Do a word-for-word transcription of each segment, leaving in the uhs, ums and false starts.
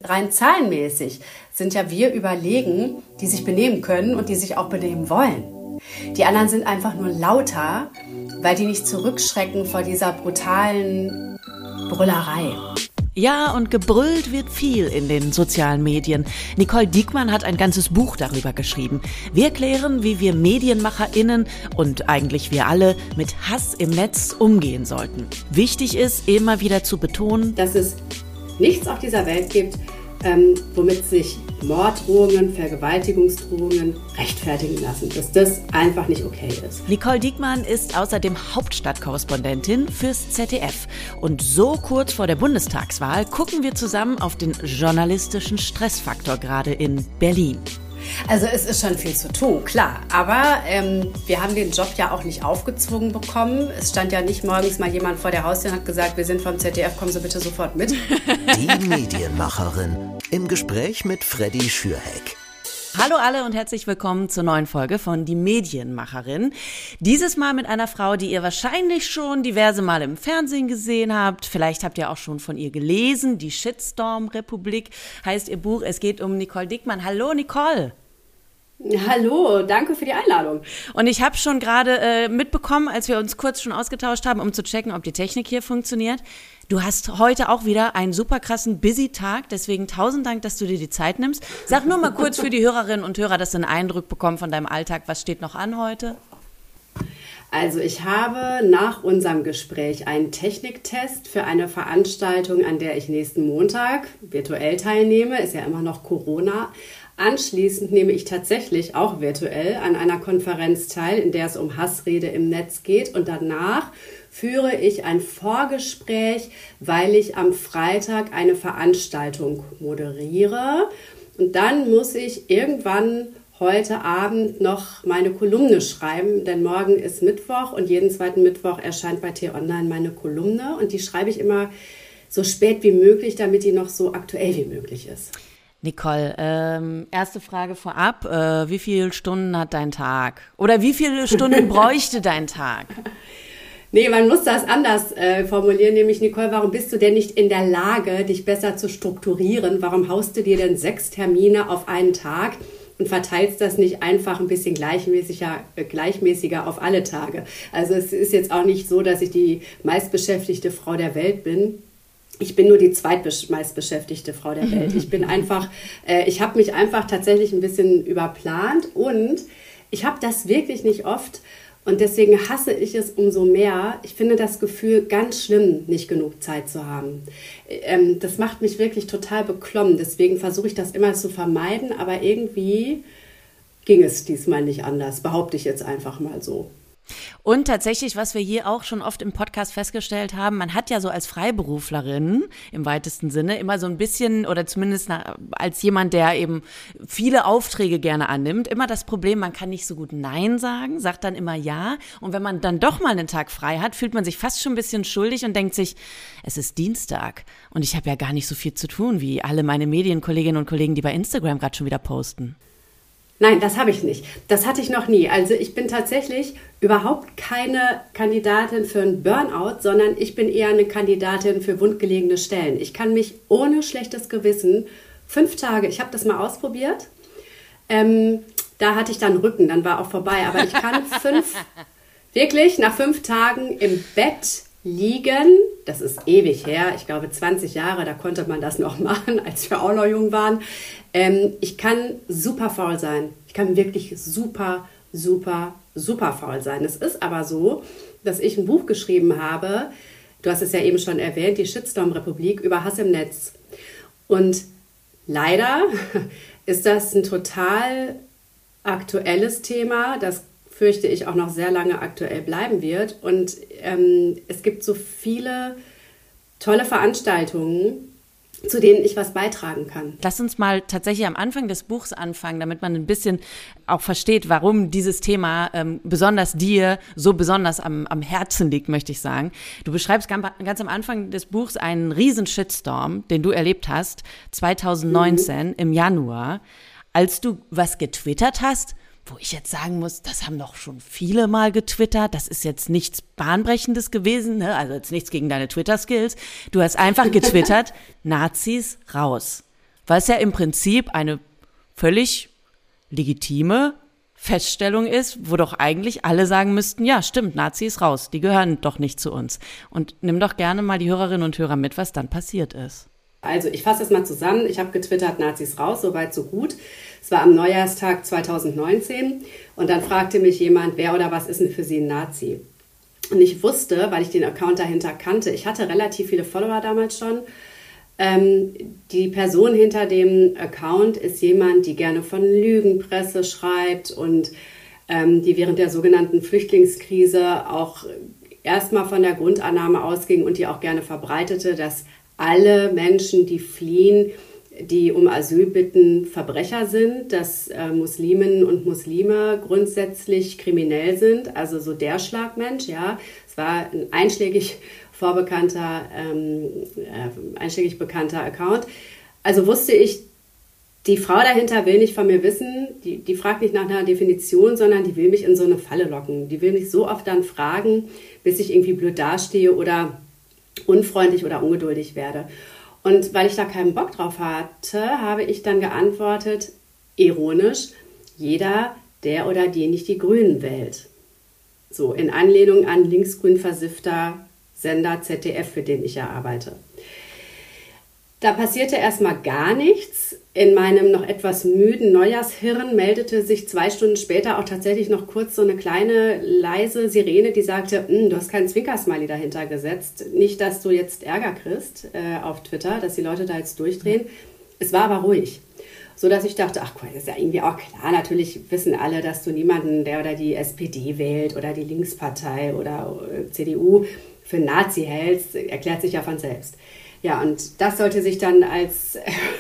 rein zahlenmäßig sind ja wir überlegen, die sich benehmen können und die sich auch benehmen wollen. Die anderen sind einfach nur lauter, weil die nicht zurückschrecken vor dieser brutalen Brüllerei. Ja, und gebrüllt wird viel in den sozialen Medien. Nicole Diekmann hat ein ganzes Buch darüber geschrieben. Wir klären, wie wir MedienmacherInnen und eigentlich wir alle mit Hass im Netz umgehen sollten. Wichtig ist, immer wieder zu betonen, dass es nichts auf dieser Welt gibt, ähm, womit sich Morddrohungen, Vergewaltigungsdrohungen rechtfertigen lassen, dass das einfach nicht okay ist. Nicole Diekmann ist außerdem Hauptstadtkorrespondentin fürs Z D F. Und so kurz vor der Bundestagswahl gucken wir zusammen auf den journalistischen Stressfaktor gerade in Berlin. Also es ist schon viel zu tun, klar. Aber ähm, wir haben den Job ja auch nicht aufgezwungen bekommen. Es stand ja nicht morgens mal jemand vor der Haustür und hat gesagt, wir sind vom Z D F, kommen Sie bitte sofort mit. Die Medienmacherin im Gespräch mit Freddy Schürheck. Hallo alle und herzlich willkommen zur neuen Folge von Die Medienmacherin. Dieses Mal mit einer Frau, die ihr wahrscheinlich schon diverse Male im Fernsehen gesehen habt. Vielleicht habt ihr auch schon von ihr gelesen. Die Shitstorm-Republik heißt ihr Buch. Es geht um Nicole Diekmann. Hallo Nicole. Hallo, danke für die Einladung. Und ich habe schon gerade äh, mitbekommen, als wir uns kurz schon ausgetauscht haben, um zu checken, ob die Technik hier funktioniert. Du hast heute auch wieder einen super krassen Busy-Tag, deswegen tausend Dank, dass du dir die Zeit nimmst. Sag nur mal kurz für die Hörerinnen und Hörer, dass sie einen Eindruck bekommen von deinem Alltag. Was steht noch an heute? Also ich habe nach unserem Gespräch einen Techniktest für eine Veranstaltung, an der ich nächsten Montag virtuell teilnehme. Ist ja immer noch Corona. Anschließend nehme ich tatsächlich auch virtuell an einer Konferenz teil, in der es um Hassrede im Netz geht. Und danach führe ich ein Vorgespräch, weil ich am Freitag eine Veranstaltung moderiere. Und dann muss ich irgendwann heute Abend noch meine Kolumne schreiben, denn morgen ist Mittwoch und jeden zweiten Mittwoch erscheint bei T-Online meine Kolumne. Und die schreibe ich immer so spät wie möglich, damit die noch so aktuell wie möglich ist. Nicole, ähm, erste Frage vorab. Äh, wie viele Stunden hat dein Tag? Oder wie viele Stunden bräuchte dein Tag? Nee, man muss das anders äh, formulieren, nämlich Nicole, warum bist du denn nicht in der Lage, dich besser zu strukturieren? Warum haust du dir denn sechs Termine auf einen Tag und verteilst das nicht einfach ein bisschen gleichmäßiger, äh, gleichmäßiger auf alle Tage? Also es ist jetzt auch nicht so, dass ich die meistbeschäftigte Frau der Welt bin. Ich bin nur die zweitmeistbeschäftigte Frau der Welt. Ich bin einfach, äh, ich habe mich einfach tatsächlich ein bisschen überplant und ich habe das wirklich nicht oft und deswegen hasse ich es umso mehr. Ich finde das Gefühl ganz schlimm, nicht genug Zeit zu haben. Ähm, das macht mich wirklich total beklommen. Deswegen versuche ich das immer zu vermeiden, aber irgendwie ging es diesmal nicht anders, behaupte ich jetzt einfach mal so. Und tatsächlich, was wir hier auch schon oft im Podcast festgestellt haben, man hat ja so als Freiberuflerin im weitesten Sinne immer so ein bisschen, oder zumindest nach, als jemand, der eben viele Aufträge gerne annimmt, immer das Problem, man kann nicht so gut Nein sagen, sagt dann immer Ja. Und wenn man dann doch mal einen Tag frei hat, fühlt man sich fast schon ein bisschen schuldig und denkt sich, es ist Dienstag und ich habe ja gar nicht so viel zu tun wie alle meine Medienkolleginnen und Kollegen, die bei Instagram gerade schon wieder posten. Nein, das habe ich nicht. Das hatte ich noch nie. Also ich bin tatsächlich überhaupt keine Kandidatin für einen Burnout, sondern ich bin eher eine Kandidatin für wundgelegene Stellen. Ich kann mich ohne schlechtes Gewissen fünf Tage, ich habe das mal ausprobiert, ähm, da hatte ich dann Rücken, dann war auch vorbei. Aber ich kann fünf, wirklich nach fünf Tagen im Bett liegen, das ist ewig her, ich glaube zwanzig Jahre, da konnte man das noch machen, als wir auch noch jung waren. Ähm, ich kann super faul sein. Ich kann wirklich super, super, super faul sein. Es ist aber so, dass ich ein Buch geschrieben habe, du hast es ja eben schon erwähnt, die Shitstorm-Republik über Hass im Netz. Und leider ist das ein total aktuelles Thema, das fürchte ich auch noch sehr lange aktuell bleiben wird. Und ähm, es gibt so viele tolle Veranstaltungen, zu denen ich was beitragen kann. Lass uns mal tatsächlich am Anfang des Buchs anfangen, damit man ein bisschen auch versteht, warum dieses Thema ähm, besonders dir so besonders am, am Herzen liegt, möchte ich sagen. Du beschreibst ganz, ganz am Anfang des Buchs einen riesen Shitstorm, den du erlebt hast, zwanzig neunzehn mhm. im Januar, als du was getwittert hast, wo ich jetzt sagen muss, das haben doch schon viele mal getwittert, das ist jetzt nichts Bahnbrechendes gewesen, ne? Also jetzt nichts gegen deine Twitter-Skills. Du hast einfach getwittert, Nazis raus. Was ja im Prinzip eine völlig legitime Feststellung ist, wo doch eigentlich alle sagen müssten, ja, stimmt, Nazis raus, die gehören doch nicht zu uns. Und nimm doch gerne mal die Hörerinnen und Hörer mit, was dann passiert ist. Also ich fasse das mal zusammen. Ich habe getwittert, Nazis raus, soweit so gut. Es war am Neujahrstag zweitausendneunzehn und dann fragte mich jemand, wer oder was ist denn für Sie ein Nazi? Und ich wusste, weil ich den Account dahinter kannte, ich hatte relativ viele Follower damals schon, ähm, die Person hinter dem Account ist jemand, die gerne von Lügenpresse schreibt und ähm, die während der sogenannten Flüchtlingskrise auch erstmal von der Grundannahme ausging und die auch gerne verbreitete, dass alle Menschen, die fliehen, die um Asyl bitten, Verbrecher sind, dass äh, Musliminnen und Muslime grundsätzlich kriminell sind, also so der Schlagmensch, ja. Es war ein einschlägig vorbekannter, ähm, äh, einschlägig bekannter Account. Also wusste ich, die Frau dahinter will nicht von mir wissen, die, die fragt nicht nach einer Definition, sondern die will mich in so eine Falle locken. Die will mich so oft dann fragen, bis ich irgendwie blöd dastehe oder unfreundlich oder ungeduldig werde. Und weil ich da keinen Bock drauf hatte, habe ich dann geantwortet, ironisch, jeder, der oder die nicht die Grünen wählt. So, in Anlehnung an linksgrün versiffter Sender Z D F, für den ich ja arbeite. Da passierte erstmal gar nichts. In meinem noch etwas müden Neujahrshirn meldete sich zwei Stunden später auch tatsächlich noch kurz so eine kleine, leise Sirene, die sagte, du hast keinen Zwinkersmiley dahinter gesetzt. Nicht, dass du jetzt Ärger kriegst äh, auf Twitter, dass die Leute da jetzt durchdrehen. Es war aber ruhig. So dass ich dachte, ach cool, das ist ja irgendwie auch klar. Natürlich wissen alle, dass du niemanden, der oder die S P D wählt oder die Linkspartei oder C D U für Nazi hältst, erklärt sich ja von selbst. Ja, und das sollte sich dann als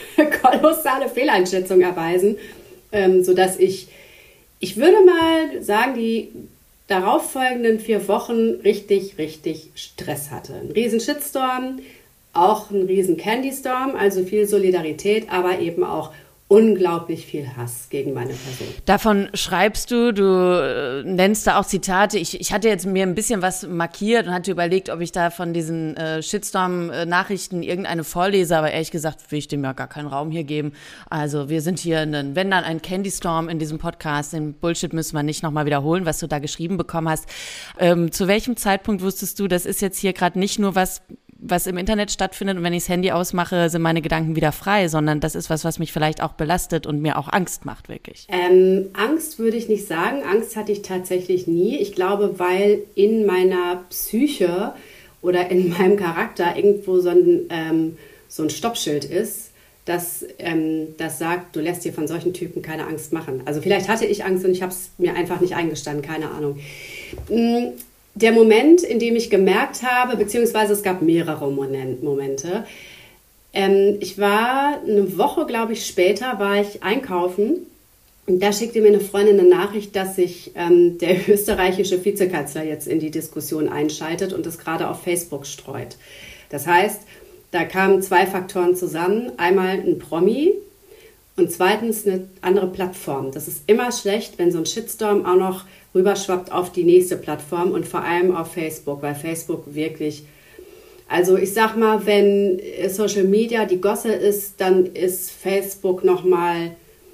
kolossale Fehleinschätzung erweisen, ähm, sodass ich, ich würde mal sagen, die darauffolgenden vier Wochen richtig, richtig Stress hatte. Ein riesen Shitstorm, auch ein riesen Candystorm, also viel Solidarität, aber eben auch unglaublich viel Hass gegen meine Person. Davon schreibst du, du äh, nennst da auch Zitate. Ich, ich hatte jetzt mir ein bisschen was markiert und hatte überlegt, ob ich da von diesen äh, Shitstorm-Nachrichten irgendeine vorlese, aber ehrlich gesagt will ich dem ja gar keinen Raum hier geben. Also wir sind hier, ein, wenn dann ein Candystorm in diesem Podcast, den Bullshit müssen wir nicht nochmal wiederholen, was du da geschrieben bekommen hast. Ähm, zu welchem Zeitpunkt wusstest du, das ist jetzt hier gerade nicht nur was, was im Internet stattfindet und wenn ich das Handy ausmache, sind meine Gedanken wieder frei, sondern das ist was, was mich vielleicht auch belastet und mir auch Angst macht, wirklich? Ähm, Angst würde ich nicht sagen. Angst hatte ich tatsächlich nie. Ich glaube, weil in meiner Psyche oder in meinem Charakter irgendwo so ein, ähm, so ein Stoppschild ist, das, ähm, das sagt, du lässt dir von solchen Typen keine Angst machen. Also vielleicht hatte ich Angst und ich habe es mir einfach nicht eingestanden, keine Ahnung. Mhm. Der Moment, in dem ich gemerkt habe, beziehungsweise es gab mehrere Momente. Ähm, ich war eine Woche, glaube ich, später, war ich einkaufen und da schickte mir eine Freundin eine Nachricht, dass sich ähm, der österreichische Vizekanzler jetzt in die Diskussion einschaltet und das gerade auf Facebook streut. Das heißt, da kamen zwei Faktoren zusammen. Einmal ein Promi und zweitens eine andere Plattform. Das ist immer schlecht, wenn so ein Shitstorm auch noch rüberschwappt auf die nächste Plattform und vor allem auf Facebook, weil Facebook wirklich, also ich sag mal, wenn Social Media die Gosse ist, dann ist Facebook nochmal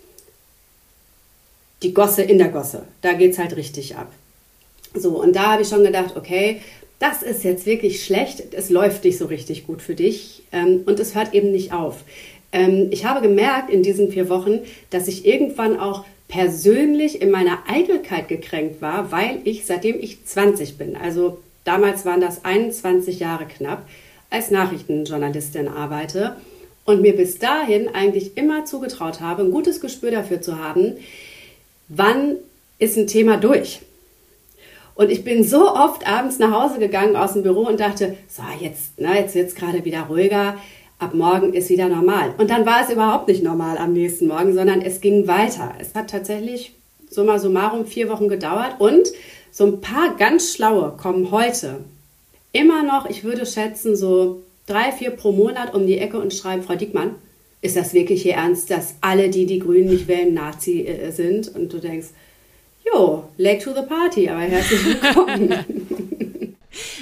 die Gosse in der Gosse. Da geht's halt richtig ab. So, und da habe ich schon gedacht, okay, das ist jetzt wirklich schlecht, es läuft nicht so richtig gut für dich ähm, und es hört eben nicht auf. Ähm, ich habe gemerkt in diesen vier Wochen, dass ich irgendwann auch persönlich in meiner Eitelkeit gekränkt war, weil ich, seitdem ich zwanzig bin, also damals waren das einundzwanzig Jahre knapp, als Nachrichtenjournalistin arbeite und mir bis dahin eigentlich immer zugetraut habe, ein gutes Gespür dafür zu haben, wann ist ein Thema durch. Und ich bin so oft abends nach Hause gegangen aus dem Büro und dachte, so jetzt, ne, jetzt wird es gerade wieder ruhiger, ab morgen ist wieder normal. Und dann war es überhaupt nicht normal am nächsten Morgen, sondern es ging weiter. Es hat tatsächlich summa summarum vier Wochen gedauert und so ein paar ganz Schlaue kommen heute immer noch, ich würde schätzen, so drei, vier pro Monat um die Ecke und schreiben, Frau Diekmann, ist das wirklich hier ernst, dass alle, die die Grünen nicht wählen, Nazi äh, sind? Und du denkst, jo, late to the party, aber herzlich willkommen.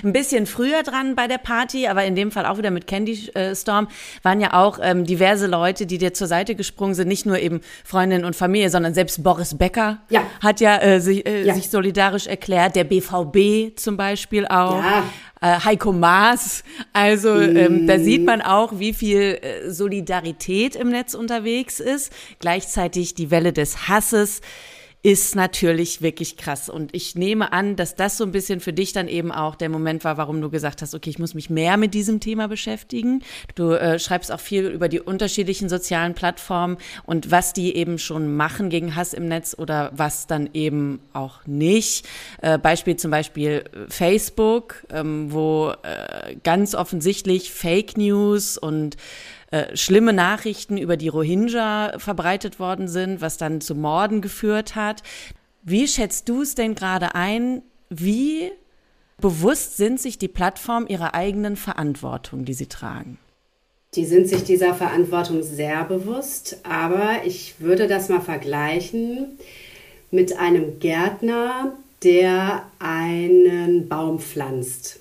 ein bisschen früher dran bei der Party, aber in dem Fall auch wieder mit Candy äh, Storm, waren ja auch ähm, diverse Leute, die dir zur Seite gesprungen sind, nicht nur eben Freundinnen und Familie, sondern selbst Boris Becker ja. hat ja, äh, sich, äh, ja sich solidarisch erklärt, der B V B zum Beispiel auch. Ja. Heiko Maas, also ähm, da sieht man auch, wie viel äh, Solidarität im Netz unterwegs ist. Gleichzeitig die Welle des Hasses ist natürlich wirklich krass. Und ich nehme an, dass das so ein bisschen für dich dann eben auch der Moment war, warum du gesagt hast, okay, ich muss mich mehr mit diesem Thema beschäftigen. Du äh, schreibst auch viel über die unterschiedlichen sozialen Plattformen und was die eben schon machen gegen Hass im Netz oder was dann eben auch nicht. Äh, Beispiel zum Beispiel Facebook, ähm, wo äh, ganz offensichtlich Fake News und Äh, schlimme Nachrichten über die Rohingya verbreitet worden sind, was dann zu Morden geführt hat. Wie schätzt du es denn gerade ein? Wie bewusst sind sich die Plattformen ihrer eigenen Verantwortung, die sie tragen? Die sind sich dieser Verantwortung sehr bewusst, aber ich würde das mal vergleichen mit einem Gärtner, der einen Baum pflanzt.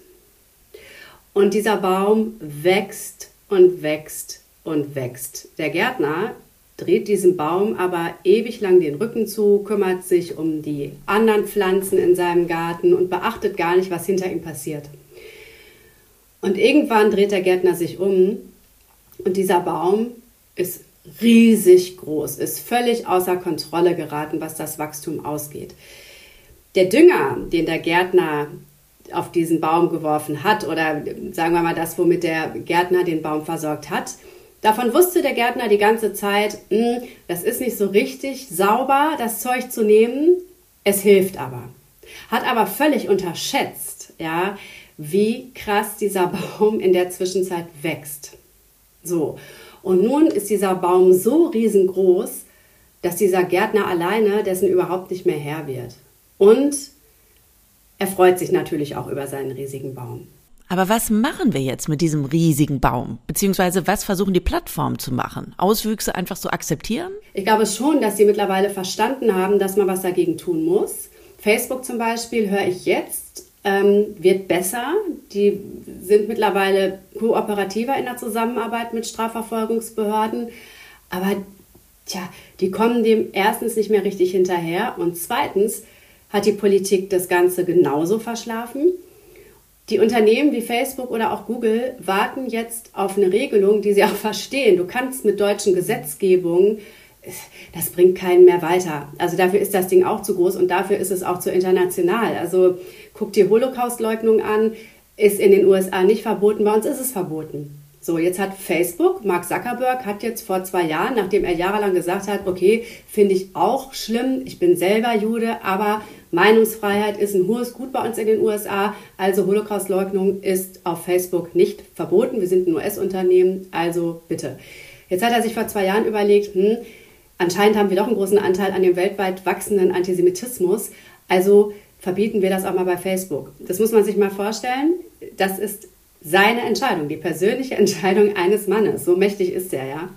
Und dieser Baum wächst und wächst und wächst. Der Gärtner dreht diesem Baum aber ewig lang den Rücken zu, kümmert sich um die anderen Pflanzen in seinem Garten und beachtet gar nicht, was hinter ihm passiert. Und irgendwann dreht der Gärtner sich um und dieser Baum ist riesig groß, ist völlig außer Kontrolle geraten, was das Wachstum ausgeht. Der Dünger, den der Gärtner auf diesen Baum geworfen hat oder sagen wir mal das, womit der Gärtner den Baum versorgt hat, davon wusste der Gärtner die ganze Zeit, mh, das ist nicht so richtig sauber, das Zeug zu nehmen, es hilft aber. Hat aber völlig unterschätzt, ja, wie krass dieser Baum in der Zwischenzeit wächst. So, und nun ist dieser Baum so riesengroß, dass dieser Gärtner alleine dessen überhaupt nicht mehr Herr wird. Und er freut sich natürlich auch über seinen riesigen Baum. Aber was machen wir jetzt mit diesem riesigen Baum? Beziehungsweise was versuchen die Plattformen zu machen? Auswüchse einfach so akzeptieren? Ich glaube schon, dass sie mittlerweile verstanden haben, dass man was dagegen tun muss. Facebook zum Beispiel, höre ich jetzt, ähm, wird besser. Die sind mittlerweile kooperativer in der Zusammenarbeit mit Strafverfolgungsbehörden. Aber tja, die kommen dem erstens nicht mehr richtig hinterher und zweitens hat die Politik das Ganze genauso verschlafen. Die Unternehmen wie Facebook oder auch Google warten jetzt auf eine Regelung, die sie auch verstehen. Du kannst mit deutschen Gesetzgebungen, das bringt keinen mehr weiter. Also dafür ist das Ding auch zu groß und dafür ist es auch zu international. Also guck dir Holocaust-Leugnung an, ist in den U S A nicht verboten, bei uns ist es verboten. So, jetzt hat Facebook, Mark Zuckerberg hat jetzt vor zwei Jahren, nachdem er jahrelang gesagt hat, okay, finde ich auch schlimm, ich bin selber Jude, aber Meinungsfreiheit ist ein hohes Gut bei uns in den U S A, also Holocaust-Leugnung ist auf Facebook nicht verboten, wir sind ein U S-Unternehmen, also bitte. Jetzt hat er sich vor zwei Jahren überlegt, hm, anscheinend haben wir doch einen großen Anteil an dem weltweit wachsenden Antisemitismus, also verbieten wir das auch mal bei Facebook. Das muss man sich mal vorstellen, das ist seine Entscheidung, die persönliche Entscheidung eines Mannes. So mächtig ist er, ja.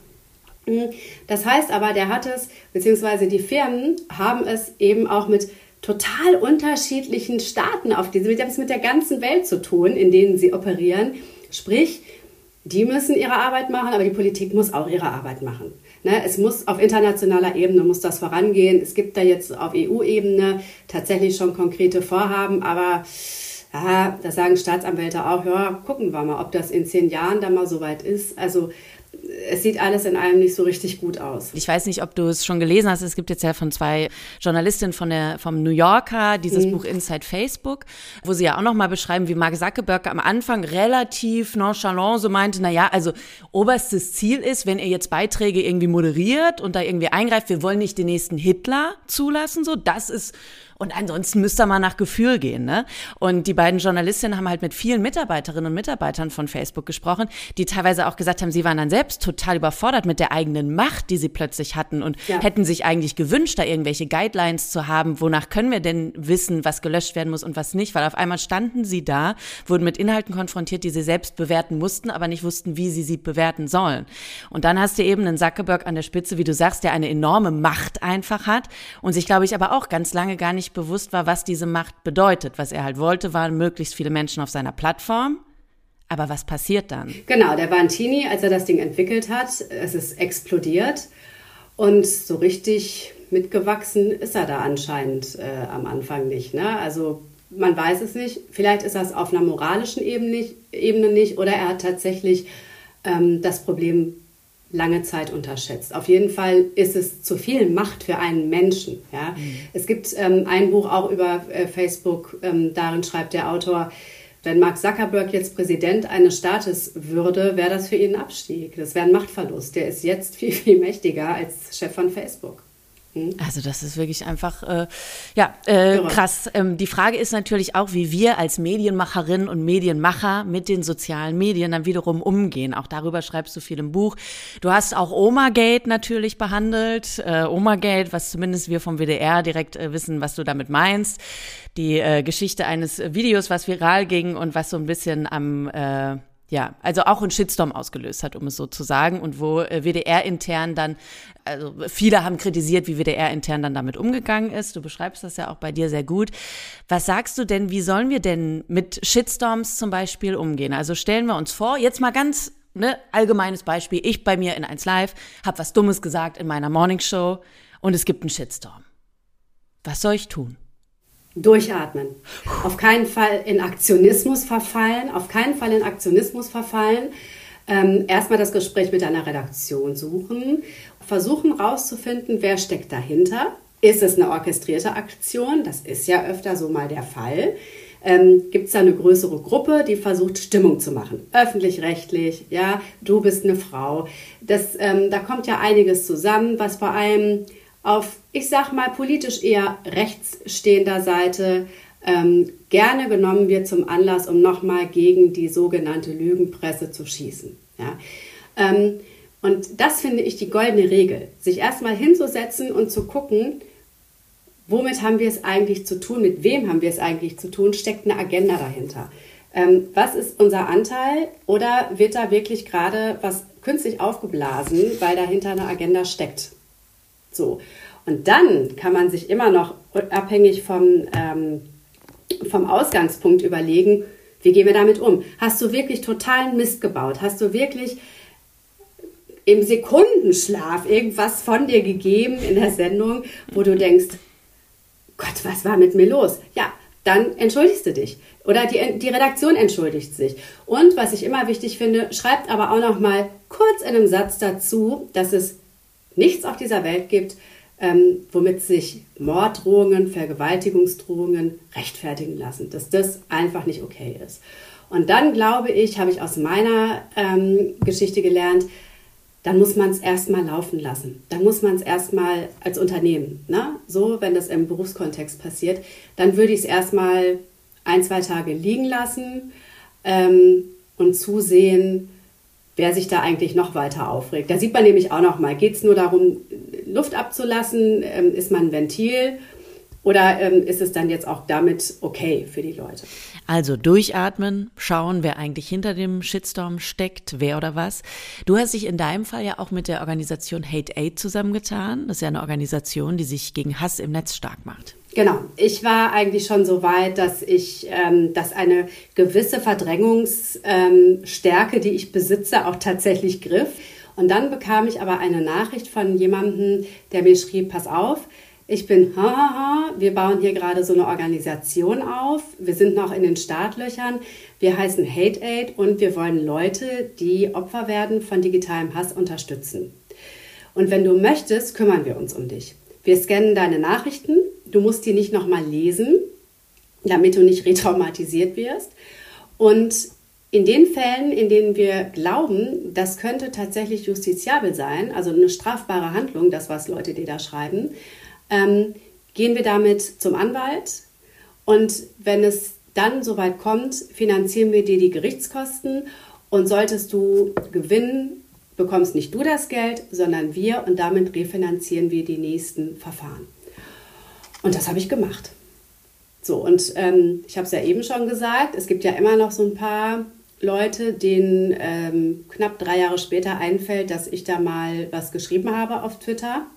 Das heißt aber, der hat es, beziehungsweise die Firmen haben es eben auch mit total unterschiedlichen Staaten auf diese, die haben es mit der ganzen Welt zu tun, in denen sie operieren. Sprich, die müssen ihre Arbeit machen, aber die Politik muss auch ihre Arbeit machen. Ne, es muss auf internationaler Ebene muss das vorangehen. Es gibt da jetzt auf E U-Ebene tatsächlich schon konkrete Vorhaben, aber ja, da sagen Staatsanwälte auch, ja, gucken wir mal, ob das in zehn Jahren dann mal soweit ist. Also es sieht alles in allem nicht so richtig gut aus. Ich weiß nicht, ob du es schon gelesen hast. Es gibt jetzt ja von zwei Journalistinnen von der, vom New Yorker dieses mhm. Buch Inside Facebook, wo sie ja auch nochmal beschreiben, wie Mark Zuckerberg am Anfang relativ nonchalant so meinte, naja, also oberstes Ziel ist, wenn ihr jetzt Beiträge irgendwie moderiert und da irgendwie eingreift, wir wollen nicht den nächsten Hitler zulassen, so, das ist. Und ansonsten müsste ihr mal nach Gefühl gehen, ne? Und die beiden Journalistinnen haben halt mit vielen Mitarbeiterinnen und Mitarbeitern von Facebook gesprochen, die teilweise auch gesagt haben, sie waren dann selbst selbst total überfordert mit der eigenen Macht, die sie plötzlich hatten und ja. hätten sich eigentlich gewünscht, da irgendwelche Guidelines zu haben, wonach können wir denn wissen, was gelöscht werden muss und was nicht, weil auf einmal standen sie da, wurden mit Inhalten konfrontiert, die sie selbst bewerten mussten, aber nicht wussten, wie sie sie bewerten sollen. Und dann hast du eben einen Zuckerberg an der Spitze, wie du sagst, der eine enorme Macht einfach hat und sich, glaube ich, aber auch ganz lange gar nicht bewusst war, was diese Macht bedeutet. Was er halt wollte, waren möglichst viele Menschen auf seiner Plattform. Aber was passiert dann? Genau, der war ein Teenie, als er das Ding entwickelt hat. Es ist explodiert und so richtig mitgewachsen ist er da anscheinend äh, am Anfang nicht. Ne? Also man weiß es nicht. Vielleicht ist das auf einer moralischen Ebene nicht, Ebene nicht oder er hat tatsächlich ähm, das Problem lange Zeit unterschätzt. Auf jeden Fall ist es zu viel Macht für einen Menschen. Ja? Mhm. Es gibt ähm, ein Buch auch über äh, Facebook, ähm, darin schreibt der Autor, wenn Mark Zuckerberg jetzt Präsident eines Staates würde, wäre das für ihn ein Abstieg. Das wäre ein Machtverlust. Der ist jetzt viel, viel mächtiger als Chef von Facebook. Also das ist wirklich einfach, äh, ja, äh, krass. Ähm, die Frage ist natürlich auch, wie wir als Medienmacherinnen und Medienmacher mit den sozialen Medien dann wiederum umgehen. Auch darüber schreibst du viel im Buch. Du hast auch Omagate natürlich behandelt. Äh, Omagate, was zumindest wir vom W D R direkt äh, wissen, was du damit meinst. Die äh, Geschichte eines Videos, was viral ging und was so ein bisschen am... Äh, Ja, also auch einen Shitstorm ausgelöst hat, um es so zu sagen, und wo äh, W D R-intern dann, also viele haben kritisiert, wie W D R-intern dann damit umgegangen ist. Du beschreibst das ja auch bei dir sehr gut. Was sagst du denn, wie sollen wir denn mit Shitstorms zum Beispiel umgehen? Also stellen wir uns vor, jetzt mal ganz ne, allgemeines Beispiel, ich bei mir in eins Live habe was Dummes gesagt in meiner Morningshow und es gibt einen Shitstorm. Was soll ich tun? Durchatmen. Auf keinen Fall in Aktionismus verfallen, auf keinen Fall in Aktionismus verfallen. Ähm, erstmal das Gespräch mit deiner Redaktion suchen, versuchen rauszufinden, wer steckt dahinter. Ist es eine orchestrierte Aktion? Das ist ja öfter so mal der Fall. Ähm, gibt es da eine größere Gruppe, die versucht, Stimmung zu machen? Öffentlich-rechtlich, ja, du bist eine Frau. Das, ähm, da kommt ja einiges zusammen, was vor allem auf, ich sag mal, politisch eher rechts stehender Seite ähm, gerne genommen wird zum Anlass, um nochmal gegen die sogenannte Lügenpresse zu schießen. Ja? Ähm, und das finde ich die goldene Regel, sich erstmal hinzusetzen und zu gucken, womit haben wir es eigentlich zu tun, mit wem haben wir es eigentlich zu tun, steckt eine Agenda dahinter. Ähm, was ist unser Anteil oder wird da wirklich gerade was künstlich aufgeblasen, weil dahinter eine Agenda steckt? So. Und dann kann man sich immer noch abhängig vom, ähm, vom Ausgangspunkt überlegen, wie gehen wir damit um? Hast du wirklich totalen Mist gebaut? Hast du wirklich im Sekundenschlaf irgendwas von dir gegeben in der Sendung, wo du denkst, Gott, was war mit mir los? Ja, dann entschuldigst du dich. Oder die, die Redaktion entschuldigt sich. Und was ich immer wichtig finde, schreibt aber auch noch mal kurz in einem Satz dazu, dass es nichts auf dieser Welt gibt, ähm, womit sich Morddrohungen, Vergewaltigungsdrohungen rechtfertigen lassen. Dass das einfach nicht okay ist. Und dann glaube ich, habe ich aus meiner ähm, Geschichte gelernt, dann muss man es erstmal laufen lassen. Dann muss man es erstmal als Unternehmen, ne? So, wenn das im Berufskontext passiert, dann würde ich es erstmal ein, zwei Tage liegen lassen ähm, und zusehen, wer sich da eigentlich noch weiter aufregt. Da sieht man nämlich auch noch mal, geht es nur darum, Luft abzulassen, ähm, ist man ein Ventil oder ähm, ist es dann jetzt auch damit okay für die Leute? Also durchatmen, schauen, wer eigentlich hinter dem Shitstorm steckt, wer oder was. Du hast dich in deinem Fall ja auch mit der Organisation Hate Aid zusammengetan. Das ist ja eine Organisation, die sich gegen Hass im Netz stark macht. Genau. Ich war eigentlich schon so weit, dass ich, ähm, dass eine gewisse Verdrängungsstärke, ähm, die ich besitze, auch tatsächlich griff. Und dann bekam ich aber eine Nachricht von jemandem, der mir schrieb, pass auf, ich bin, hahaha, wir bauen hier gerade so eine Organisation auf. Wir sind noch in den Startlöchern. Wir heißen Hate Aid und wir wollen Leute, die Opfer werden von digitalem Hass, unterstützen. Und wenn du möchtest, kümmern wir uns um dich. Wir scannen deine Nachrichten. Du musst die nicht nochmal lesen, damit du nicht retraumatisiert wirst. Und in den Fällen, in denen wir glauben, das könnte tatsächlich justiziabel sein, also eine strafbare Handlung, das, was Leute dir da schreiben, Ähm, gehen wir damit zum Anwalt und wenn es dann soweit kommt, finanzieren wir dir die Gerichtskosten und solltest du gewinnen, bekommst nicht du das Geld, sondern wir und damit refinanzieren wir die nächsten Verfahren. Und das habe ich gemacht. So, und ähm, ich habe es ja eben schon gesagt, es gibt ja immer noch so ein paar Leute, denen ähm, knapp drei Jahre später einfällt, dass ich da mal was geschrieben habe auf Twitter.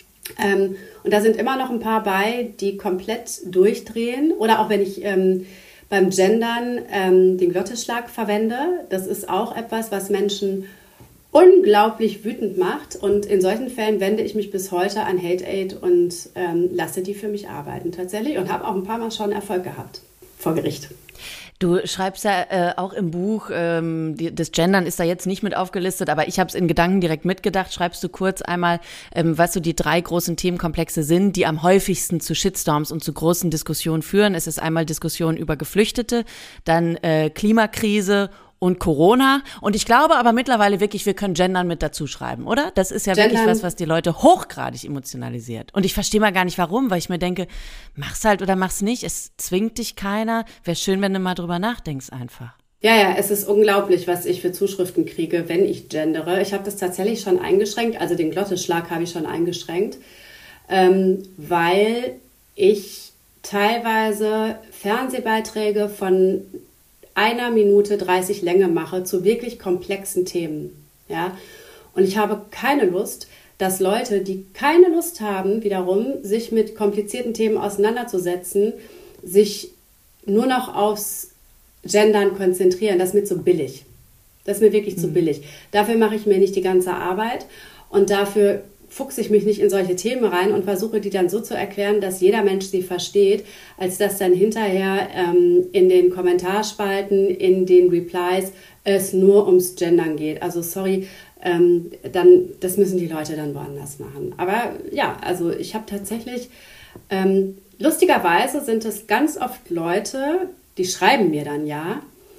Ähm, und da sind immer noch ein paar bei, die komplett durchdrehen. Oder auch wenn ich ähm, beim Gendern ähm, den Glottisschlag verwende. Das ist auch etwas, was Menschen unglaublich wütend macht. Und in solchen Fällen wende ich mich bis heute an HateAid und ähm, lasse die für mich arbeiten tatsächlich. Und habe auch ein paar Mal schon Erfolg gehabt vor Gericht. Du schreibst ja äh, auch im Buch, ähm, die, das Gendern ist da jetzt nicht mit aufgelistet, aber ich habe es in Gedanken direkt mitgedacht. Schreibst du kurz einmal, ähm, was so die drei großen Themenkomplexe sind, die am häufigsten zu Shitstorms und zu großen Diskussionen führen. Es ist einmal Diskussion über Geflüchtete, dann äh, Klimakrise und Corona. Und ich glaube aber mittlerweile wirklich, wir können Gendern mit dazu schreiben, oder? Das ist ja Gendern. Wirklich was, was die Leute hochgradig emotionalisiert. Und ich verstehe mal gar nicht, warum, weil ich mir denke, mach's halt oder mach's nicht. Es zwingt dich keiner. Wäre schön, wenn du mal drüber nachdenkst einfach. Ja, ja, es ist unglaublich, was ich für Zuschriften kriege, wenn ich gendere. Ich habe das tatsächlich schon eingeschränkt, also den Glottisschlag habe ich schon eingeschränkt, ähm, weil ich teilweise Fernsehbeiträge von einer Minute dreißig Länge mache zu wirklich komplexen Themen. Ja? Und ich habe keine Lust, dass Leute, die keine Lust haben, wiederum sich mit komplizierten Themen auseinanderzusetzen, sich nur noch aufs Gendern konzentrieren. Das ist mir zu billig. Das ist mir wirklich mhm. zu billig. Dafür mache ich mir nicht die ganze Arbeit und dafür fuchse ich mich nicht in solche Themen rein und versuche die dann so zu erklären, dass jeder Mensch sie versteht, als dass dann hinterher ähm, in den Kommentarspalten, in den Replies es nur ums Gendern geht. Also sorry, ähm, dann, das müssen die Leute dann woanders machen. Aber ja, also ich habe tatsächlich, ähm, lustigerweise sind es ganz oft Leute, die schreiben mir dann ja,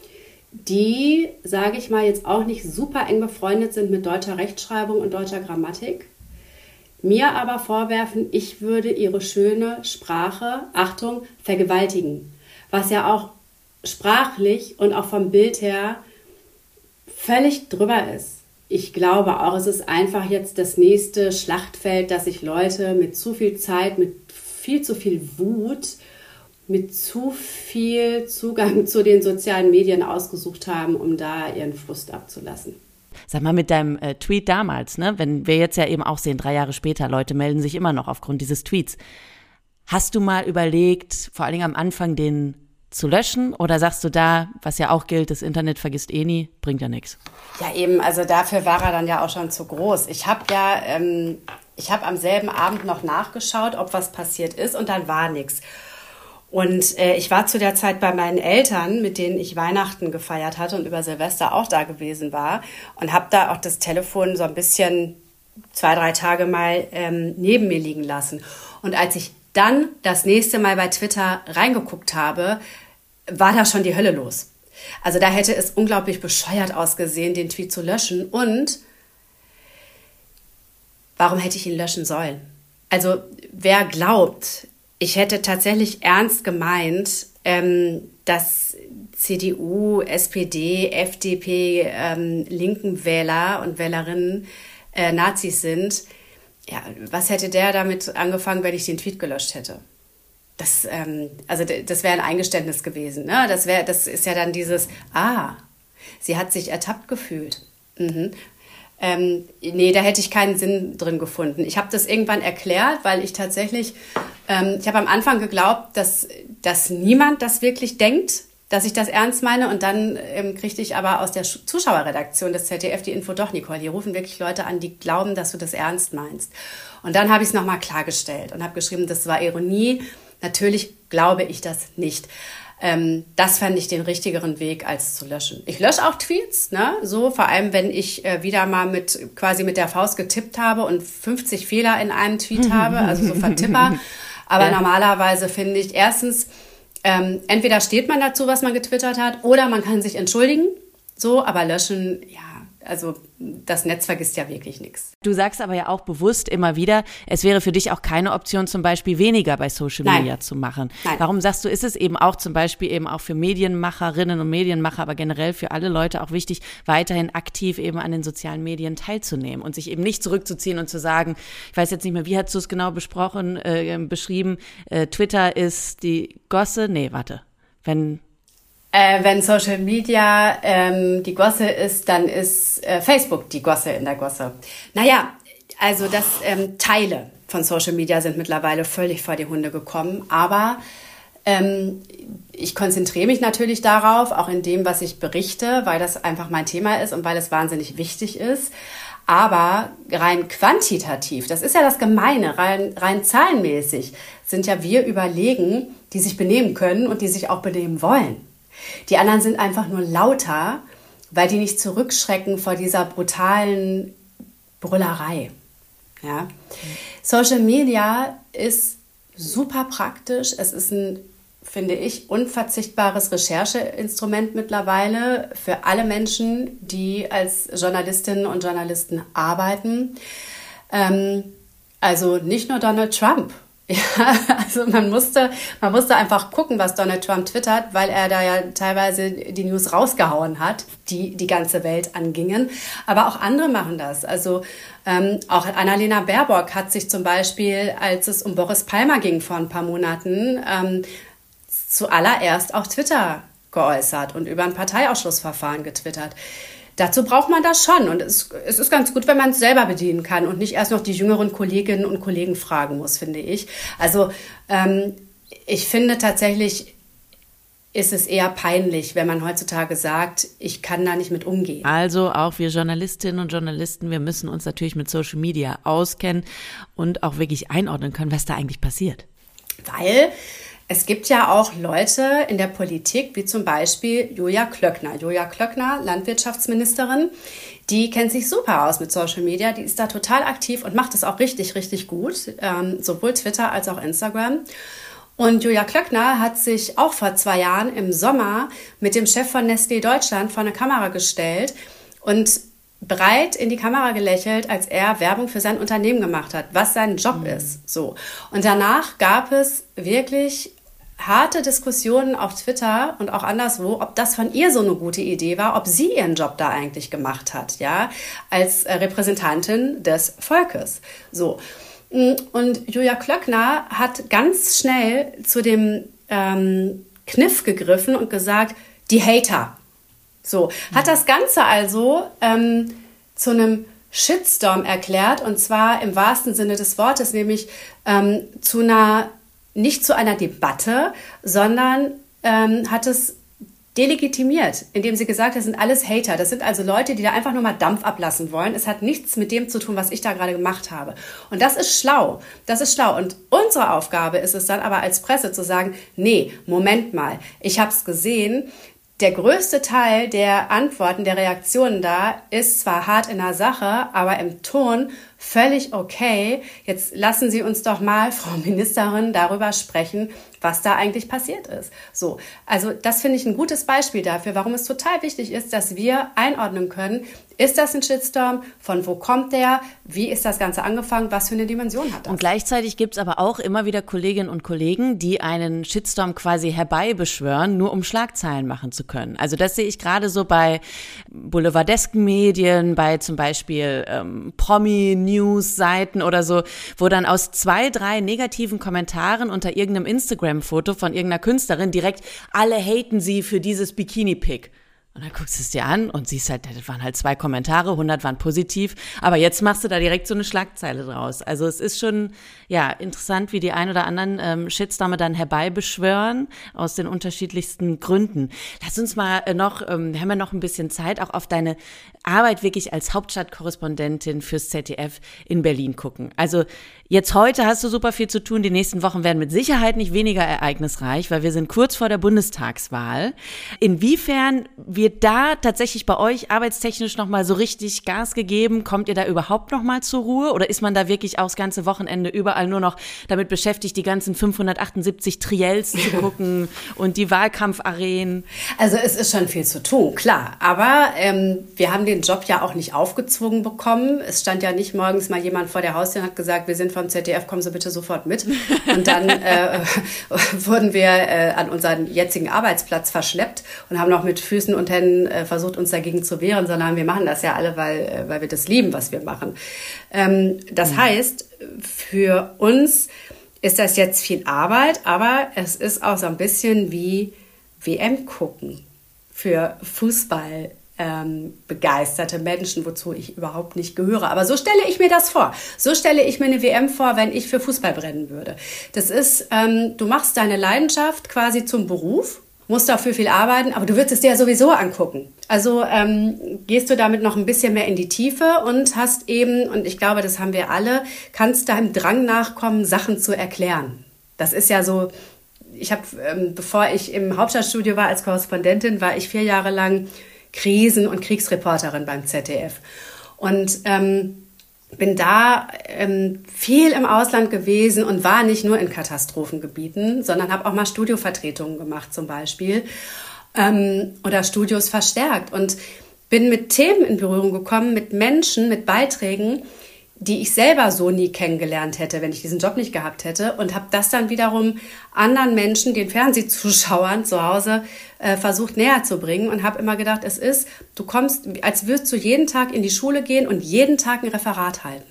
die, sage ich mal, jetzt auch nicht super eng befreundet sind mit deutscher Rechtschreibung und deutscher Grammatik, mir aber vorwerfen, ich würde ihre schöne Sprache, Achtung, vergewaltigen. Was ja auch sprachlich und auch vom Bild her völlig drüber ist. Ich glaube auch, es ist einfach jetzt das nächste Schlachtfeld, dass sich Leute mit zu viel Zeit, mit viel zu viel Wut, mit zu viel Zugang zu den sozialen Medien ausgesucht haben, um da ihren Frust abzulassen. Sag mal, mit deinem äh, Tweet damals, ne, wenn wir jetzt ja eben auch sehen, drei Jahre später, Leute melden sich immer noch aufgrund dieses Tweets. Hast du mal überlegt, vor allen Dingen am Anfang, den zu löschen? Oder sagst du da, was ja auch gilt, das Internet vergisst eh nie, bringt ja nichts? Ja eben, also dafür war er dann ja auch schon zu groß. Ich habe ja, ähm, ich habe am selben Abend noch nachgeschaut, ob was passiert ist und dann war nichts. Und äh, ich war zu der Zeit bei meinen Eltern, mit denen ich Weihnachten gefeiert hatte und über Silvester auch da gewesen war und habe da auch das Telefon so ein bisschen zwei, drei Tage mal ähm, neben mir liegen lassen. Und als ich dann das nächste Mal bei Twitter reingeguckt habe, war da schon die Hölle los. Also da hätte es unglaublich bescheuert ausgesehen, den Tweet zu löschen. Und warum hätte ich ihn löschen sollen? Also wer glaubt, ich hätte tatsächlich ernst gemeint, ähm, dass C D U, S P D, F D P, ähm, linken Wähler und Wählerinnen äh, Nazis sind. Ja, was hätte der damit angefangen, wenn ich den Tweet gelöscht hätte? Das, ähm, also das wäre ein Eingeständnis gewesen. Ne? Das wäre, das ist ja dann dieses, ah, sie hat sich ertappt gefühlt. Mhm. Ähm, nee, da hätte ich keinen Sinn drin gefunden. Ich habe das irgendwann erklärt, weil ich tatsächlich, ähm, ich habe am Anfang geglaubt, dass, dass niemand das wirklich denkt, dass ich das ernst meine. Und dann ähm, kriegte ich aber aus der Zuschauerredaktion des Z D F die Info, doch Nicole, hier rufen wirklich Leute an, die glauben, dass du das ernst meinst. Und dann habe ich es nochmal klargestellt und habe geschrieben, das war Ironie. Natürlich glaube ich das nicht. Ähm, das fände ich den richtigeren Weg, als zu löschen. Ich lösche auch Tweets, ne? So, vor allem, wenn ich äh, wieder mal mit quasi mit der Faust getippt habe und fünfzig Fehler in einem Tweet habe, also so Vertipper. Aber ja. Normalerweise finde ich, erstens, ähm, entweder steht man dazu, was man getwittert hat, oder man kann sich entschuldigen. So, aber löschen, ja, also das Netz vergisst ja wirklich nichts. Du sagst aber ja auch bewusst immer wieder, es wäre für dich auch keine Option, zum Beispiel weniger bei Social Media Nein. zu machen. Nein. Warum sagst du, ist es eben auch zum Beispiel eben auch für Medienmacherinnen und Medienmacher, aber generell für alle Leute auch wichtig, weiterhin aktiv eben an den sozialen Medien teilzunehmen und sich eben nicht zurückzuziehen und zu sagen, ich weiß jetzt nicht mehr, wie hast du es genau besprochen, äh, beschrieben, äh, Twitter ist die Gosse, nee, warte, wenn... Äh, wenn Social Media ähm, die Gosse ist, dann ist äh, Facebook die Gosse in der Gosse. Naja, also das ähm, Teile von Social Media sind mittlerweile völlig vor die Hunde gekommen. Aber ähm, ich konzentriere mich natürlich darauf, auch in dem, was ich berichte, weil das einfach mein Thema ist und weil es wahnsinnig wichtig ist. Aber rein quantitativ, das ist ja das Gemeine, rein, rein zahlenmäßig, sind ja wir überlegen, die sich benehmen können und die sich auch benehmen wollen. Die anderen sind einfach nur lauter, weil die nicht zurückschrecken vor dieser brutalen Brüllerei. Ja? Mhm. Social Media ist super praktisch. Es ist ein, finde ich, unverzichtbares Rechercheinstrument mittlerweile für alle Menschen, die als Journalistinnen und Journalisten arbeiten. Ähm, also nicht nur Donald Trump. Ja, also man musste, man musste einfach gucken, was Donald Trump twittert, weil er da ja teilweise die News rausgehauen hat, die die ganze Welt angingen. Aber auch andere machen das. Also ähm, auch Annalena Baerbock hat sich zum Beispiel, als es um Boris Palmer ging vor ein paar Monaten, ähm, zuallererst auf Twitter geäußert und über ein Parteiausschlussverfahren getwittert. Dazu braucht man das schon und es, es ist ganz gut, wenn man es selber bedienen kann und nicht erst noch die jüngeren Kolleginnen und Kollegen fragen muss, finde ich. Also ähm, ich finde tatsächlich, ist es eher peinlich, wenn man heutzutage sagt, ich kann da nicht mit umgehen. Also auch wir Journalistinnen und Journalisten, wir müssen uns natürlich mit Social Media auskennen und auch wirklich einordnen können, was da eigentlich passiert. Weil es gibt ja auch Leute in der Politik, wie zum Beispiel Julia Klöckner. Julia Klöckner, Landwirtschaftsministerin, die kennt sich super aus mit Social Media. Die ist da total aktiv und macht es auch richtig, richtig gut. Ähm, sowohl Twitter als auch Instagram. Und Julia Klöckner hat sich auch vor zwei Jahren im Sommer mit dem Chef von Nestlé Deutschland vor eine Kamera gestellt und breit in die Kamera gelächelt, als er Werbung für sein Unternehmen gemacht hat, was sein Job mhm. ist. So. Und danach gab es wirklich harte Diskussionen auf Twitter und auch anderswo, ob das von ihr so eine gute Idee war, ob sie ihren Job da eigentlich gemacht hat, ja, als Repräsentantin des Volkes. So. Und Julia Klöckner hat ganz schnell zu dem ähm, Kniff gegriffen und gesagt, die Hater. So, hat das Ganze also ähm, zu einem Shitstorm erklärt und zwar im wahrsten Sinne des Wortes, nämlich ähm, zu einer, nicht zu einer Debatte, sondern ähm, hat es delegitimiert, indem sie gesagt hat, das sind alles Hater. Das sind also Leute, die da einfach nur mal Dampf ablassen wollen. Es hat nichts mit dem zu tun, was ich da gerade gemacht habe. Und das ist schlau. Das ist schlau. Und unsere Aufgabe ist es dann aber als Presse zu sagen, nee, Moment mal, ich habe es gesehen. Der größte Teil der Antworten, der Reaktionen da ist zwar hart in der Sache, aber im Ton völlig okay. Jetzt lassen Sie uns doch mal, Frau Ministerin, darüber sprechen, was da eigentlich passiert ist. So, also das finde ich ein gutes Beispiel dafür, warum es total wichtig ist, dass wir einordnen können, ist das ein Shitstorm? Von wo kommt der? Wie ist das Ganze angefangen? Was für eine Dimension hat das? Und gleichzeitig gibt es aber auch immer wieder Kolleginnen und Kollegen, die einen Shitstorm quasi herbeibeschwören, nur um Schlagzeilen machen zu können. Also das sehe ich gerade so bei boulevardesken Medien, bei zum Beispiel ähm, Promi-News-Seiten oder so, wo dann aus zwei, drei negativen Kommentaren unter irgendeinem Instagram-Foto von irgendeiner Künstlerin direkt alle haten sie für dieses Bikini-Pic. Und dann guckst du es dir an und siehst halt, das waren halt zwei Kommentare, hundert waren positiv, aber jetzt machst du da direkt so eine Schlagzeile draus. Also es ist schon, ja, interessant, wie die ein oder anderen ähm, Shitstorme dann herbeibeschwören, aus den unterschiedlichsten Gründen. Lass uns mal äh, noch, ähm, wir haben ja noch ein bisschen Zeit, auch auf deine Arbeit wirklich als Hauptstadtkorrespondentin fürs Z D F in Berlin gucken. Also jetzt heute hast du super viel zu tun, die nächsten Wochen werden mit Sicherheit nicht weniger ereignisreich, weil wir sind kurz vor der Bundestagswahl. Inwiefern wir wird da tatsächlich bei euch arbeitstechnisch nochmal so richtig Gas gegeben? Kommt ihr da überhaupt nochmal zur Ruhe? Oder ist man da wirklich auch das ganze Wochenende überall nur noch damit beschäftigt, die ganzen fünfhundertachtundsiebzig Triels zu gucken und die Wahlkampfarenen? Also es ist schon viel zu tun, klar. Aber ähm, wir haben den Job ja auch nicht aufgezwungen bekommen. Es stand ja nicht morgens mal jemand vor der Haustür und hat gesagt, wir sind vom Z D F, kommen Sie bitte sofort mit. Und dann äh, wurden wir äh, an unseren jetzigen Arbeitsplatz verschleppt und haben noch mit Füßen und Händen äh, versucht, uns dagegen zu wehren, sondern wir machen das ja alle, weil, äh, weil wir das lieben, was wir machen. Ähm, das mhm. heißt, für uns ist das jetzt viel Arbeit, aber es ist auch so ein bisschen wie W M gucken für Fußball. Ähm, begeisterte Menschen, wozu ich überhaupt nicht gehöre. Aber so stelle ich mir das vor. So stelle ich mir eine W M vor, wenn ich für Fußball brennen würde. Das ist, ähm, du machst deine Leidenschaft quasi zum Beruf, musst dafür viel arbeiten, aber du würdest es dir ja sowieso angucken. Also ähm, gehst du damit noch ein bisschen mehr in die Tiefe und hast eben, und ich glaube, das haben wir alle, kannst deinem Drang nachkommen, Sachen zu erklären. Das ist ja so, ich habe, ähm, bevor ich im Hauptstadtstudio war als Korrespondentin, war ich vier Jahre lang Krisen- und Kriegsreporterin beim Z D F. Und ähm, bin da ähm, viel im Ausland gewesen und war nicht nur in Katastrophengebieten, sondern habe auch mal Studiovertretungen gemacht zum Beispiel ähm, oder Studios verstärkt und bin mit Themen in Berührung gekommen, mit Menschen, mit Beiträgen, die ich selber so nie kennengelernt hätte, wenn ich diesen Job nicht gehabt hätte, und habe das dann wiederum anderen Menschen, den Fernsehzuschauern zu Hause, äh, versucht näher zu bringen und habe immer gedacht, es ist, du kommst, als würdest du jeden Tag in die Schule gehen und jeden Tag ein Referat halten.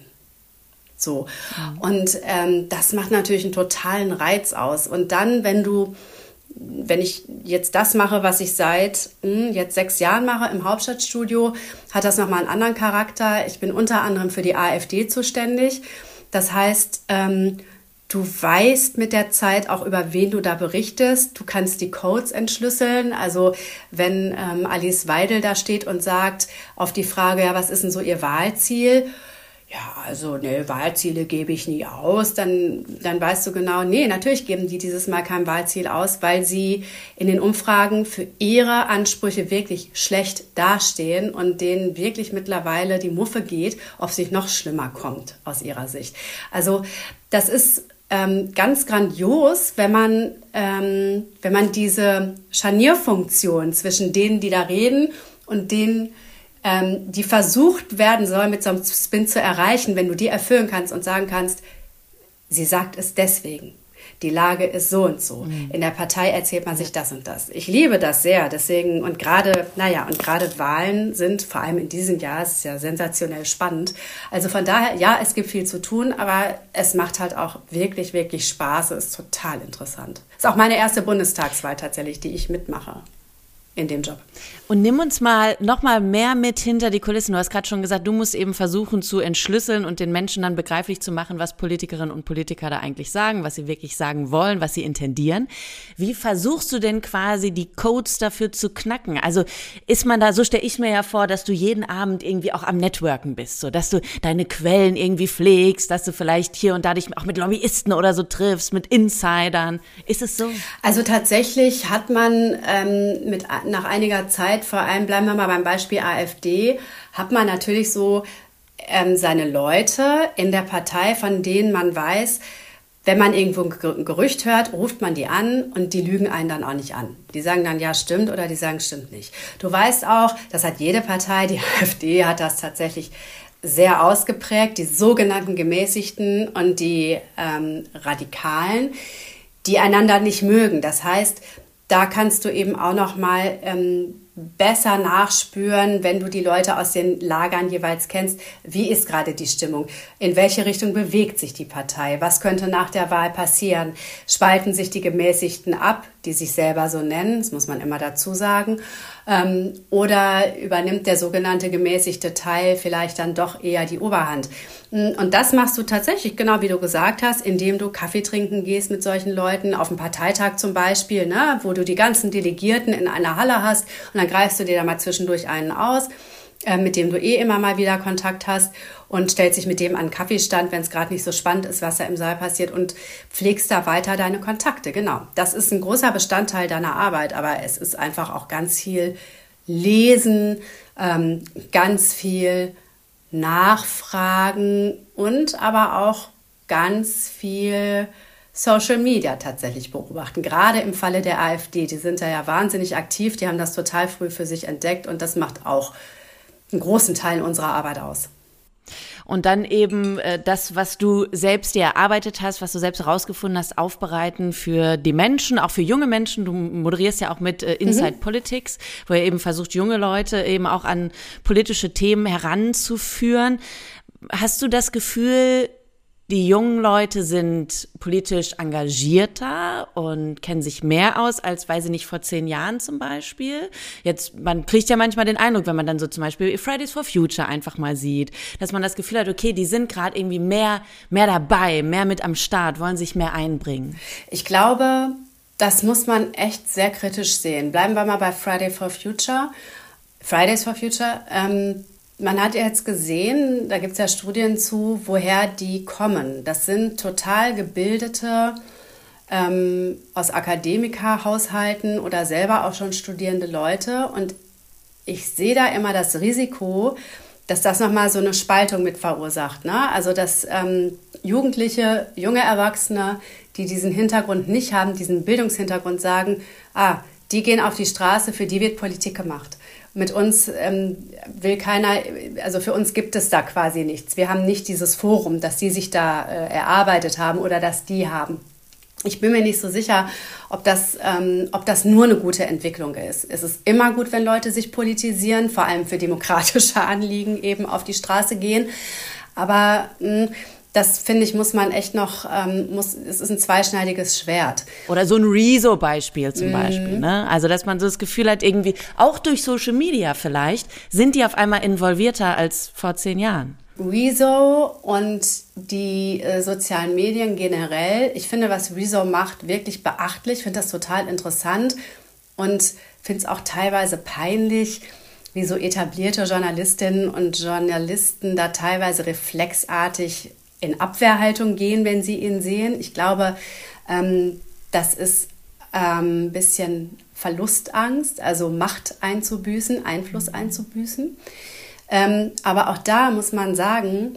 So. Mhm. Und ähm, das macht natürlich einen totalen Reiz aus. Und dann, wenn du wenn ich jetzt das mache, was ich seit mh, jetzt sechs Jahren mache im Hauptstadtstudio, hat das nochmal einen anderen Charakter. Ich bin unter anderem für die AfD zuständig. Das heißt, ähm, du weißt mit der Zeit auch, über wen du da berichtest. Du kannst die Codes entschlüsseln. Also wenn ähm, Alice Weidel da steht und sagt auf die Frage, ja, was ist denn so ihr Wahlziel? Ja, also ne, Wahlziele gebe ich nie aus, dann, dann weißt du genau, nee, natürlich geben die dieses Mal kein Wahlziel aus, weil sie in den Umfragen für ihre Ansprüche wirklich schlecht dastehen und denen wirklich mittlerweile die Muffe geht, ob es nicht noch schlimmer kommt aus ihrer Sicht. Also das ist ähm, ganz grandios, wenn man, ähm, wenn man diese Scharnierfunktion zwischen denen, die da reden, und denen, die versucht werden soll, mit so einem Spin zu erreichen, wenn du die erfüllen kannst und sagen kannst, sie sagt es deswegen. Die Lage ist so und so. Mhm. In der Partei erzählt man sich das und das. Ich liebe das sehr. Deswegen, und gerade, naja, und gerade Wahlen sind, vor allem in diesem Jahr, es ist ja sensationell spannend. Also von daher, ja, es gibt viel zu tun, aber es macht halt auch wirklich, wirklich Spaß. Es ist total interessant. Es ist auch meine erste Bundestagswahl tatsächlich, die ich mitmache in dem Job. Und nimm uns mal noch mal mehr mit hinter die Kulissen. Du hast gerade schon gesagt, du musst eben versuchen zu entschlüsseln und den Menschen dann begreiflich zu machen, was Politikerinnen und Politiker da eigentlich sagen, was sie wirklich sagen wollen, was sie intendieren. Wie versuchst du denn quasi die Codes dafür zu knacken? Also ist man da, so stelle ich mir ja vor, dass du jeden Abend irgendwie auch am Networken bist, so dass du deine Quellen irgendwie pflegst, dass du vielleicht hier und da dich auch mit Lobbyisten oder so triffst, mit Insidern. Ist es so? Also tatsächlich hat man ähm, mit nach einiger Zeit, vor allem bleiben wir mal beim Beispiel AfD, hat man natürlich so ähm, seine Leute in der Partei, von denen man weiß, wenn man irgendwo ein Gerücht hört, ruft man die an und die lügen einen dann auch nicht an. Die sagen dann, ja, stimmt, oder die sagen, stimmt nicht. Du weißt auch, das hat jede Partei, die AfD hat das tatsächlich sehr ausgeprägt, die sogenannten Gemäßigten und die ähm, Radikalen, die einander nicht mögen. Das heißt, da kannst du eben auch noch mal ähm, besser nachspüren, wenn du die Leute aus den Lagern jeweils kennst, wie ist gerade die Stimmung, in welche Richtung bewegt sich die Partei, was könnte nach der Wahl passieren, spalten sich die Gemäßigten ab, die sich selber so nennen, das muss man immer dazu sagen, ähm, oder übernimmt der sogenannte gemäßigte Teil vielleicht dann doch eher die Oberhand. Und das machst du tatsächlich, genau wie du gesagt hast, indem du Kaffee trinken gehst mit solchen Leuten, auf dem Parteitag zum Beispiel, ne, wo du die ganzen Delegierten in einer Halle hast und dann greifst du dir da mal zwischendurch einen aus, äh, mit dem du eh immer mal wieder Kontakt hast und stellst dich mit dem an einen Kaffeestand, wenn es gerade nicht so spannend ist, was da im Saal passiert, und pflegst da weiter deine Kontakte. Genau, das ist ein großer Bestandteil deiner Arbeit, aber es ist einfach auch ganz viel lesen, ähm, ganz viel nachfragen und aber auch ganz viel Social Media tatsächlich beobachten. Gerade im Falle der AfD, die sind da ja wahnsinnig aktiv, die haben das total früh für sich entdeckt und das macht auch einen großen Teil unserer Arbeit aus. Und dann eben äh, das, was du selbst dir erarbeitet hast, was du selbst herausgefunden hast, aufbereiten für die Menschen, auch für junge Menschen. Du moderierst ja auch mit äh, Inside mhm. Politics, wo ihr eben versucht, junge Leute eben auch an politische Themen heranzuführen. Hast du das Gefühl, die jungen Leute sind politisch engagierter und kennen sich mehr aus, als weiß ich nicht, vor zehn Jahren zum Beispiel? Jetzt, man kriegt ja manchmal den Eindruck, wenn man dann so zum Beispiel Fridays for Future einfach mal sieht, dass man das Gefühl hat, okay, die sind gerade irgendwie mehr, mehr dabei, mehr mit am Start, wollen sich mehr einbringen. Ich glaube, das muss man echt sehr kritisch sehen. Bleiben wir mal bei Fridays for Future. Fridays for Future, ähm, man hat ja jetzt gesehen, da gibt es ja Studien zu, woher die kommen. Das sind total gebildete, ähm, aus Akademikerhaushalten oder selber auch schon studierende Leute. Und ich sehe da immer das Risiko, dass das nochmal so eine Spaltung mit verursacht. Ne? Also dass ähm, Jugendliche, junge Erwachsene, die diesen Hintergrund nicht haben, diesen Bildungshintergrund sagen, ah, die gehen auf die Straße, für die wird Politik gemacht. Mit uns ähm, will keiner, also für uns gibt es da quasi nichts. Wir haben nicht dieses Forum, das die sich da äh, erarbeitet haben oder das die haben. Ich bin mir nicht so sicher, ob das, ähm, ob das nur eine gute Entwicklung ist. Es ist immer gut, wenn Leute sich politisieren, vor allem für demokratische Anliegen eben auf die Straße gehen. Aber mh, das, finde ich, muss man echt noch, ähm, muss, es ist ein zweischneidiges Schwert. Oder so ein Rezo-Beispiel zum mm. Beispiel, ne? Also, dass man so das Gefühl hat, irgendwie, auch durch Social Media vielleicht, sind die auf einmal involvierter als vor zehn Jahren. Rezo und die äh, sozialen Medien generell, ich finde, was Rezo macht, wirklich beachtlich, finde das total interessant und finde es auch teilweise peinlich, wie so etablierte Journalistinnen und Journalisten da teilweise reflexartig in Abwehrhaltung gehen, wenn sie ihn sehen. Ich glaube, ähm, das ist ein ähm, bisschen Verlustangst, also Macht einzubüßen, Einfluss einzubüßen. Ähm, aber auch da muss man sagen,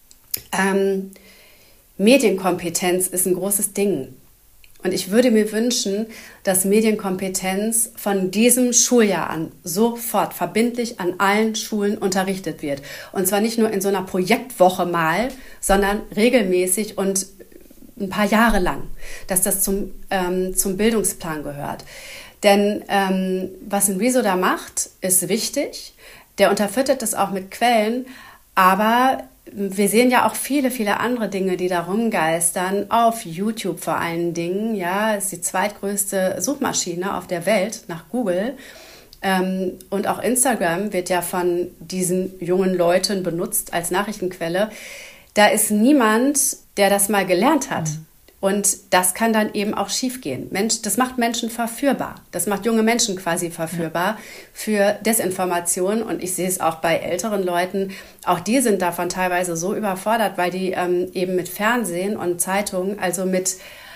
ähm, Medienkompetenz ist ein großes Ding. Und ich würde mir wünschen, dass Medienkompetenz von diesem Schuljahr an sofort verbindlich an allen Schulen unterrichtet wird. Und zwar nicht nur in so einer Projektwoche mal, sondern regelmäßig und ein paar Jahre lang, dass das zum, ähm, zum Bildungsplan gehört. Denn ähm, was ein Rezo da macht, ist wichtig. Der unterfüttert das auch mit Quellen, aber wir sehen ja auch viele, viele andere Dinge, die da rumgeistern, auf YouTube vor allen Dingen. Ja, ist die zweitgrößte Suchmaschine auf der Welt nach Google. Ähm, und auch Instagram wird ja von diesen jungen Leuten benutzt als Nachrichtenquelle. Da ist niemand, der das mal gelernt hat. Mhm. Und das kann dann eben auch schiefgehen. Mensch, das macht Menschen verführbar. Das macht junge Menschen quasi verführbar ja. für Desinformation. Und ich sehe es auch bei älteren Leuten. Auch die sind davon teilweise so überfordert, weil die ähm, eben mit Fernsehen und Zeitungen, also mit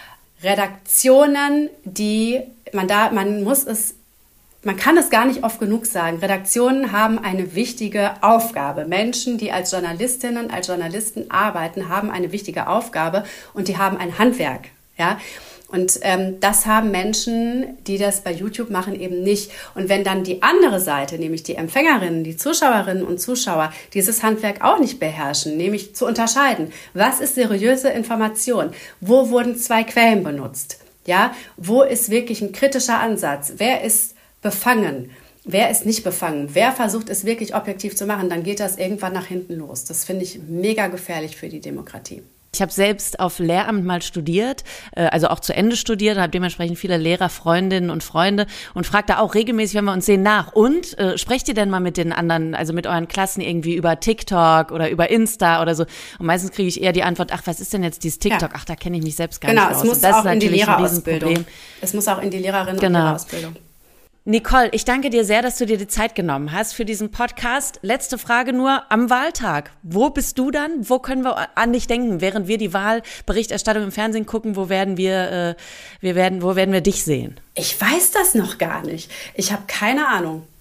Redaktionen, die man da, man muss es Man kann es gar nicht oft genug sagen. Redaktionen haben eine wichtige Aufgabe. Menschen, die als Journalistinnen, als Journalisten arbeiten, haben eine wichtige Aufgabe und die haben ein Handwerk. Ja? Und ähm, das haben Menschen, die das bei YouTube machen, eben nicht. Und wenn dann die andere Seite, nämlich die Empfängerinnen, die Zuschauerinnen und Zuschauer, dieses Handwerk auch nicht beherrschen, nämlich zu unterscheiden, was ist seriöse Information, wo wurden zwei Quellen benutzt, ja, wo ist wirklich ein kritischer Ansatz, wer ist befangen, wer ist nicht befangen, wer versucht es wirklich objektiv zu machen, dann geht das irgendwann nach hinten los. Das finde ich mega gefährlich für die Demokratie. Ich habe selbst auf Lehramt mal studiert, also auch zu Ende studiert, habe dementsprechend viele Lehrer, Freundinnen und Freunde und frage da auch regelmäßig, wenn wir uns sehen, nach. Und äh, sprecht ihr denn mal mit den anderen, also mit euren Klassen irgendwie über TikTok oder über Insta oder so? Und meistens kriege ich eher die Antwort, ach, was ist denn jetzt dieses TikTok? Ja. Ach, da kenne ich mich selbst gar genau, nicht aus. Genau, es muss das auch ist in die Lehrerausbildung. Problem. Es muss auch in die Lehrerinnen- genau. und Lehrerausbildung. Nicole, ich danke dir sehr, dass du dir die Zeit genommen hast für diesen Podcast. Letzte Frage nur, am Wahltag, wo bist du dann? Wo können wir an dich denken, während wir die Wahlberichterstattung im Fernsehen gucken? Wo werden wir, äh, wir werden, wo werden wir dich sehen? Ich weiß das noch gar nicht. Ich habe keine Ahnung.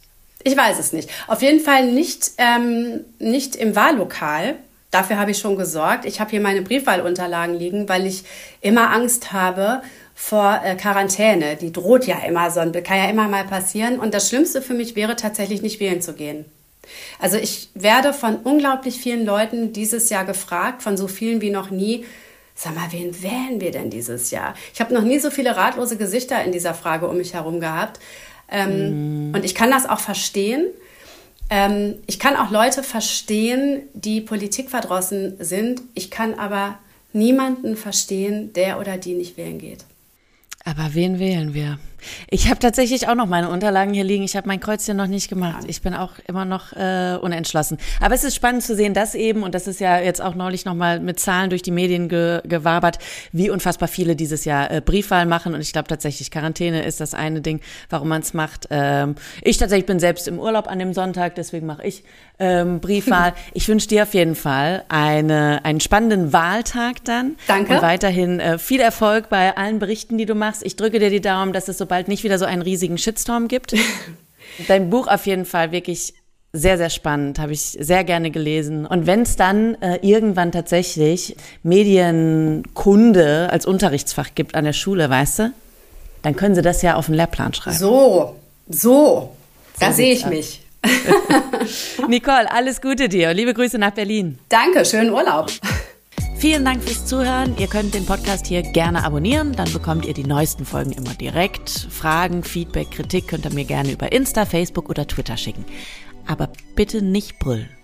Ich weiß es nicht. Auf jeden Fall nicht, ähm, nicht im Wahllokal. Dafür habe ich schon gesorgt. Ich habe hier meine Briefwahlunterlagen liegen, weil ich immer Angst habe vor äh, Quarantäne. Die droht ja immer, so kann ja immer mal passieren. Und das Schlimmste für mich wäre tatsächlich nicht wählen zu gehen. Also ich werde von unglaublich vielen Leuten dieses Jahr gefragt, von so vielen wie noch nie, sag mal, wen wählen wir denn dieses Jahr? Ich habe noch nie so viele ratlose Gesichter in dieser Frage um mich herum gehabt. Ähm, mm. Und ich kann das auch verstehen. Ähm, ich kann auch Leute verstehen, die politikverdrossen sind. Ich kann aber niemanden verstehen, der oder die nicht wählen geht. Aber wen wählen wir? Ich habe tatsächlich auch noch meine Unterlagen hier liegen. Ich habe mein Kreuzchen noch nicht gemacht. Ich bin auch immer noch äh, unentschlossen. Aber es ist spannend zu sehen, dass eben, und das ist ja jetzt auch neulich nochmal mit Zahlen durch die Medien ge- gewabert, wie unfassbar viele dieses Jahr äh, Briefwahl machen. Und ich glaube tatsächlich, Quarantäne ist das eine Ding, warum man es macht. Ähm, ich tatsächlich bin selbst im Urlaub an dem Sonntag, deswegen mache ich ähm, Briefwahl. Ich wünsche dir auf jeden Fall eine, einen spannenden Wahltag dann. Danke. Und weiterhin äh, viel Erfolg bei allen Berichten, die du machst. Ich drücke dir die Daumen, dass es so bald nicht wieder so einen riesigen Shitstorm gibt. Dein Buch auf jeden Fall wirklich sehr, sehr spannend, habe ich sehr gerne gelesen. Und wenn es dann äh, irgendwann tatsächlich Medienkunde als Unterrichtsfach gibt an der Schule, weißt du, dann können sie das ja auf den Lehrplan schreiben. So, so, da So sehe ich aus. mich. Nicole, alles Gute dir. Liebe Grüße nach Berlin. Danke, schönen Urlaub. Vielen Dank fürs Zuhören. Ihr könnt den Podcast hier gerne abonnieren, dann bekommt ihr die neuesten Folgen immer direkt. Fragen, Feedback, Kritik könnt ihr mir gerne über Insta, Facebook oder Twitter schicken. Aber bitte nicht brüllen.